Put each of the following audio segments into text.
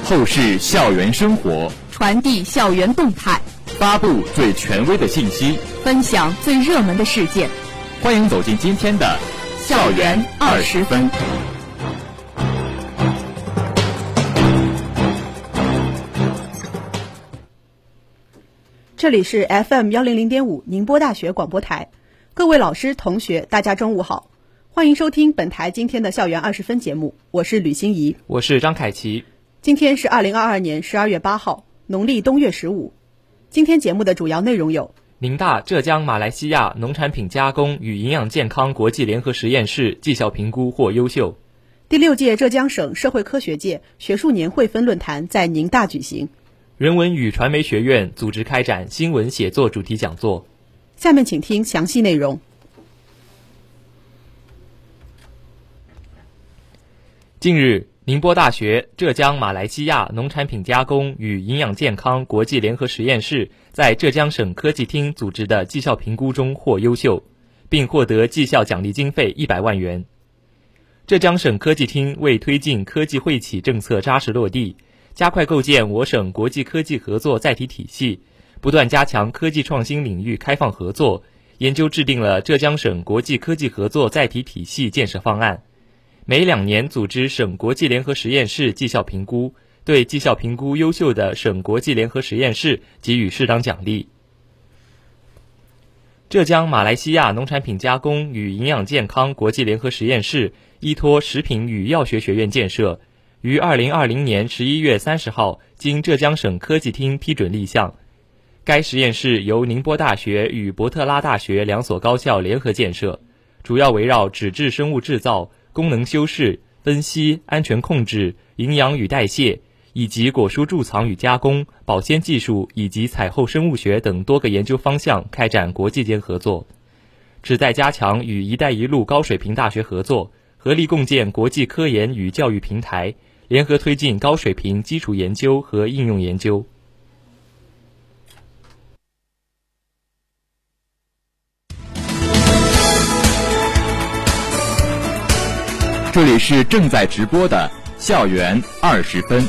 透视校园生活， 传递校园动态， 发布最权威的信息， 分享最热门的事件。 欢迎走进今天的校园20分。 这里是 FM100.5 宁波大学广播台，各位老师同学大家中午好，欢迎收听本台今天的校园20分节目，我是吕欣怡， 我是张凯琪。 今天是2022年12月8号，农历冬月15。今天节目的主要内容有： 宁大浙江马来西亚农产品加工与营养健康国际联合实验室绩效评估获优秀； 第6届浙江省社会科学界学术年会分论坛在宁大举行； 人文与传媒学院组织开展新闻写作主题讲座。 下面请听详细内容。 近日，宁波大学浙江马来西亚农产品加工与营养健康国际联合实验室在浙江省科技厅组织的绩效评估中获优秀，并获得绩效奖励经费100万元。浙江省科技厅为推进科技惠企政策扎实落地，加快构建我省国际科技合作载体体系，不断加强科技创新领域开放合作，研究制定了浙江省国际科技合作载体体系建设方案。每2年组织省国际联合实验室绩效评估，对绩效评估优秀的省国际联合实验室给予适当奖励。浙江马来西亚农产品加工与营养健康国际联合实验室依托食品与药学学院建设，于2020年11月30号经浙江省科技厅批准立项。该实验室由宁波大学与伯特拉大学2所高校联合建设，主要围绕脂质生物制造、功能修饰、分析、安全控制、营养与代谢，以及果蔬贮藏与加工、保鲜技术以及采后生物学等多个研究方向开展国际间合作，旨在加强与“一带一路”高水平大学合作，合力共建国际科研与教育平台，联合推进高水平基础研究和应用研究。 这里是正在直播的校园20分。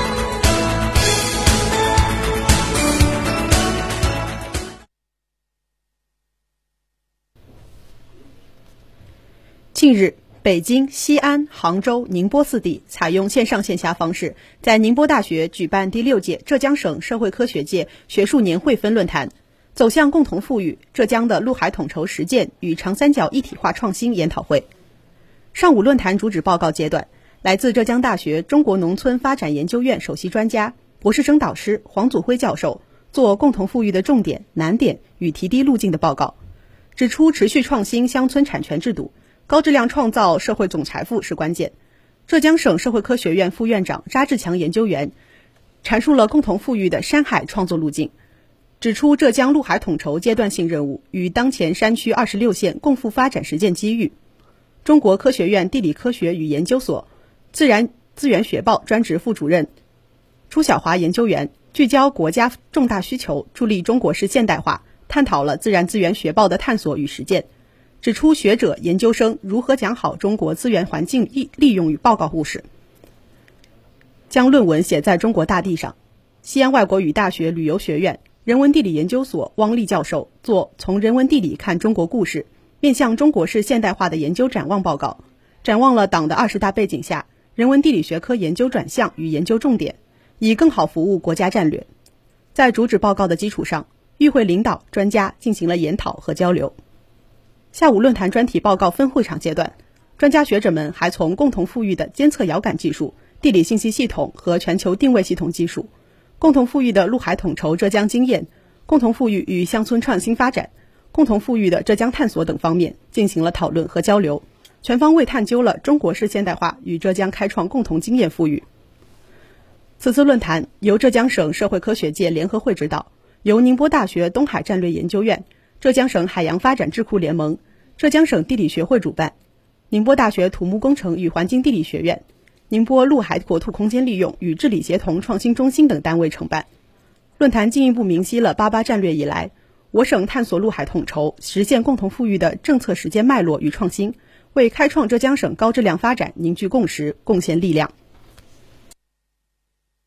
近日，北京、西安、杭州、宁波4地采用线上线下方式，在宁波大学举办第6届浙江省社会科学界学术年会分论坛，走向共同富裕浙江的陆海统筹实践与长三角一体化创新研讨会。上午论坛主旨报告阶段，来自浙江大学中国农村发展研究院首席专家、博士生导师黄祖辉教授做共同富裕的重点、难点与提低路径的报告，指出持续创新乡村产权制度，高质量创造社会总财富是关键。浙江省社会科学院副院长查志强研究员阐述了共同富裕的山海创作路径，指出浙江陆海统筹阶段性任务与当前山区26县共富发展实践机遇。中国科学院地理科学与研究所自然资源学报专职副主任朱晓华研究员聚焦国家重大需求，助力中国式现代化，探讨了自然资源学报的探索与实践，指出学者研究生如何讲好中国资源环境利用与报告故事，将论文写在中国大地上。西安外国语大学旅游学院人文地理研究所汪丽教授做从人文地理看中国故事，面向中国式现代化的研究展望报告，展望了党的20大背景下人文地理学科研究转向与研究重点，以更好服务国家战略。在主旨报告的基础上，与会领导专家进行了研讨和交流。下午论坛专题报告分会场阶段，专家学者们还从共同富裕的监测遥感技术、地理信息系统和全球定位系统技术、共同富裕的陆海统筹浙江经验、共同富裕与乡村创新发展、共同富裕的浙江探索等方面进行了讨论和交流，全方位探究了中国式现代化与浙江开创共同经验富裕。此次论坛由浙江省社会科学界联合会指导，由宁波大学东海战略研究院、浙江省海洋发展智库联盟、浙江省地理学会主办，宁波大学土木工程与环境地理学院、宁波陆海国土空间利用与治理协同创新中心等单位承办。论坛进一步明晰了88战略以来我省探索陆海统筹、实现共同富裕的政策实践脉络与创新，为开创浙江省高质量发展凝聚共识、贡献力量。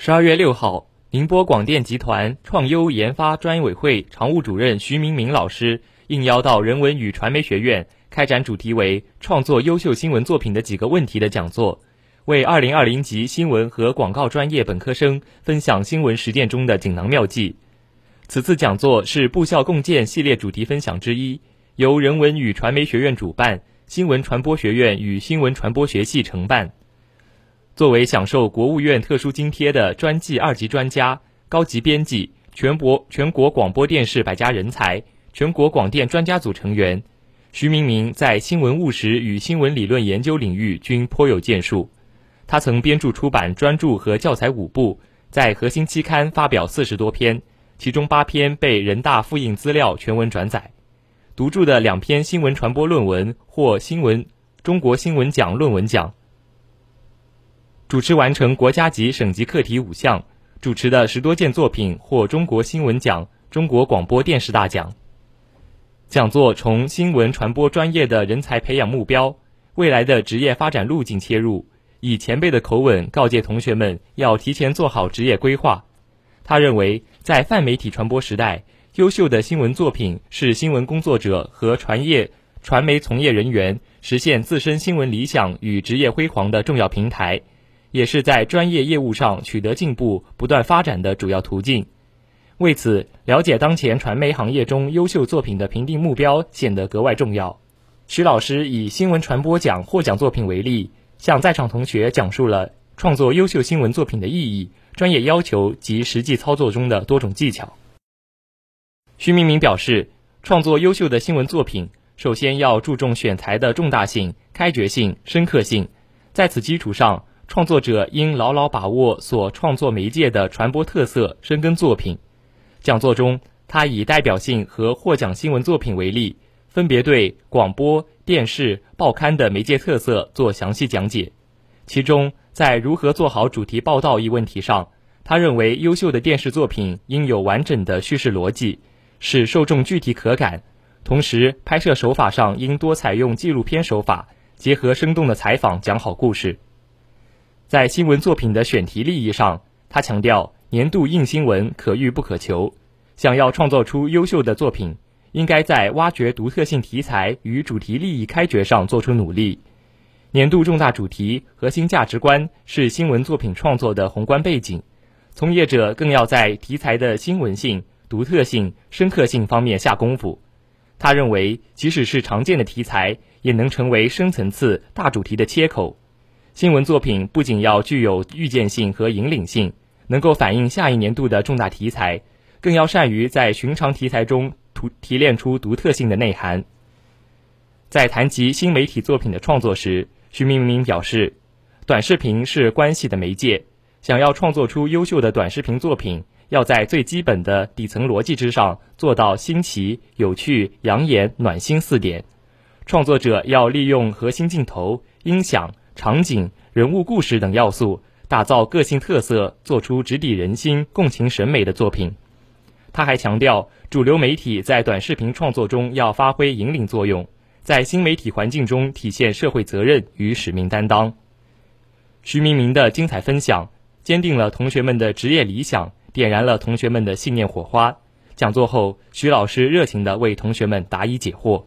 12月6号，宁波广电集团创优研发专委会常务主任徐明明老师应邀到人文与传媒学院开展主题为创作优秀新闻作品的几个问题的讲座，为2020级新闻和广告专业本科生分享新闻实践中的锦囊妙计。此次讲座是部校共建系列主题分享之一，由人文与传媒学院主办，新闻传播学院与新闻传播学系承办。作为享受国务院特殊津贴的专技2级专家、高级编辑、全国广播电视百家人才、全国广电专家组成员，徐明明在新闻务实与新闻理论研究领域均颇有建树。他曾编著出版专著和教材5部，在核心期刊发表40多篇，其中8篇被人大复印资料全文转载。独著的2篇新闻传播论文获中国新闻奖论文奖。主持完成国家级、省级课题5项，主持的10多件作品获中国新闻奖、中国广播电视大奖。讲座从新闻传播专业的人才培养目标、未来的职业发展路径切入，以前辈的口吻告诫同学们要提前做好职业规划。他认为，在泛媒体传播时代，优秀的新闻作品是新闻工作者和传媒从业人员实现自身新闻理想与职业辉煌的重要平台，也是在专业业务上取得进步、不断发展的主要途径。为此，了解当前传媒行业中优秀作品的评定目标显得格外重要。徐老师以新闻传播奖获奖作品为例，向在场同学讲述了创作优秀新闻作品的意义、专业要求及实际操作中的多种技巧。徐明明表示，创作优秀的新闻作品，首先要注重选材的重大性、开掘性、深刻性，在此基础上，创作者应牢牢把握所创作媒介的传播特色，深耕作品。讲座中，他以代表性和获奖新闻作品为例，分别对广播、电视、报刊的媒介特色做详细讲解。其中，在如何做好主题报道一问题上，他认为优秀的电视作品应有完整的叙事逻辑，使受众具体可感，同时拍摄手法上应多采用纪录片手法，结合生动的采访讲好故事。在新闻作品的选题立意上，他强调年度硬新闻可遇不可求，想要创作出优秀的作品，应该在挖掘独特性题材与主题利益开掘上做出努力。年度重大主题、核心价值观是新闻作品创作的宏观背景，从业者更要在题材的新闻性、独特性、深刻性方面下功夫。他认为，即使是常见的题材，也能成为深层次大主题的切口。新闻作品不仅要具有预见性和引领性，能够反映下一年度的重大题材，更要善于在寻常题材中提炼出独特性的内涵。在谈及新媒体作品的创作时，徐明明表示，短视频是关系的媒介，想要创作出优秀的短视频作品，要在最基本的底层逻辑之上做到新奇、有趣、养眼、暖心4点。创作者要利用核心镜头、音响、场景、人物故事等要素，打造个性特色，做出直抵人心、共情审美的作品。他还强调，主流媒体在短视频创作中要发挥引领作用，在新媒体环境中体现社会责任与使命担当。徐明明的精彩分享，坚定了同学们的职业理想，点燃了同学们的信念火花。讲座后，徐老师热情地为同学们答疑解惑。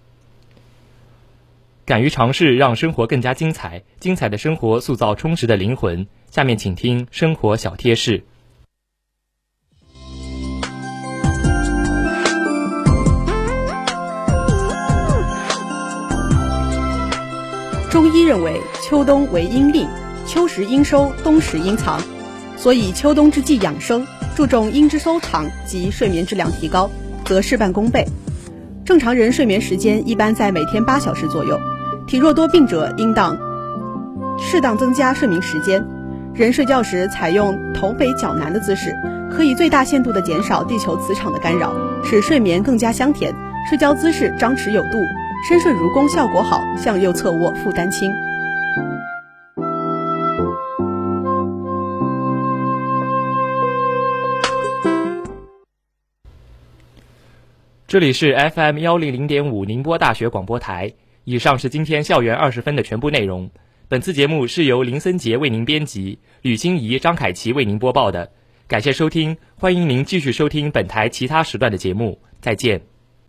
敢于尝试，让生活更加精彩，精彩的生活塑造充实的灵魂。下面请听生活小贴士。 中医认为，秋冬为阴令，秋时阴收，冬时阴藏，所以秋冬之际养生，注重阴之收藏及睡眠质量提高，则事半功倍。正常人睡眠时间一般在每天8小时左右，体弱多病者应当适当增加睡眠时间。人睡觉时采用头北脚南的姿势，可以最大限度地减少地球磁场的干扰，使睡眠更加香甜。睡觉姿势张弛有度，深睡如弓效果好，向右侧卧负担轻。 这里是 FM100.5 宁波大学广播台。以上是今天校园20分的全部内容。 本次节目是由林森杰为您编辑，吕欣怡、张凯琪为您播报的。感谢收听，欢迎您继续收听本台其他时段的节目。再见。